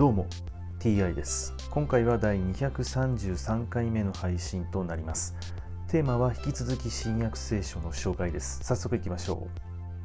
どうも TI です。今回は第233回目の配信となります。テーマは引き続き新約聖書の紹介です。早速いきましょう。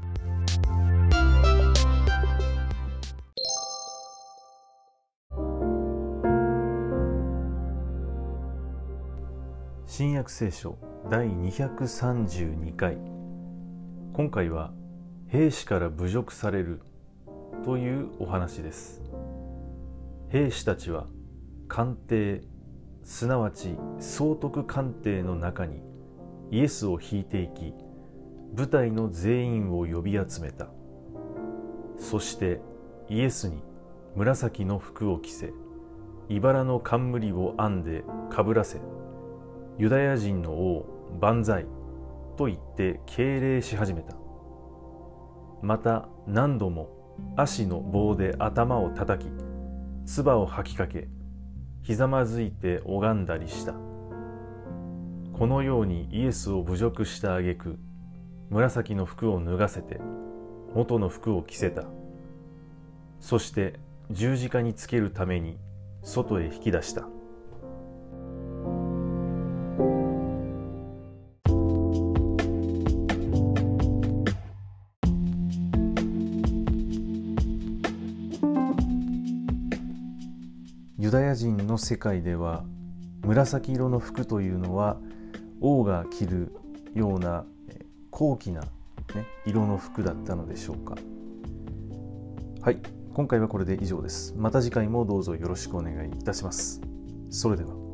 新約聖書第232回。今回は兵士から侮辱されるというお話です。兵士たちは官邸、すなわち総督官邸の中にイエスを引いていき、部隊の全員を呼び集めた。そしてイエスに紫の服を着せ、茨の冠を編んでかぶらせ、ユダヤ人の王万歳と言って敬礼し始めた。また何度も足の棒で頭を叩き、唾を吐きかけ、ひざまずいて拝んだりした。このようにイエスを侮辱した挙句、紫の服を脱がせて元の服を着せた。そして十字架につけるために外へ引き出した。ユダヤ人の世界では紫色の服というのは王が着るような高貴な、色の服だったのでしょうか。はい、今回はこれで以上です。また次回もどうぞよろしくお願いいたします。それでは。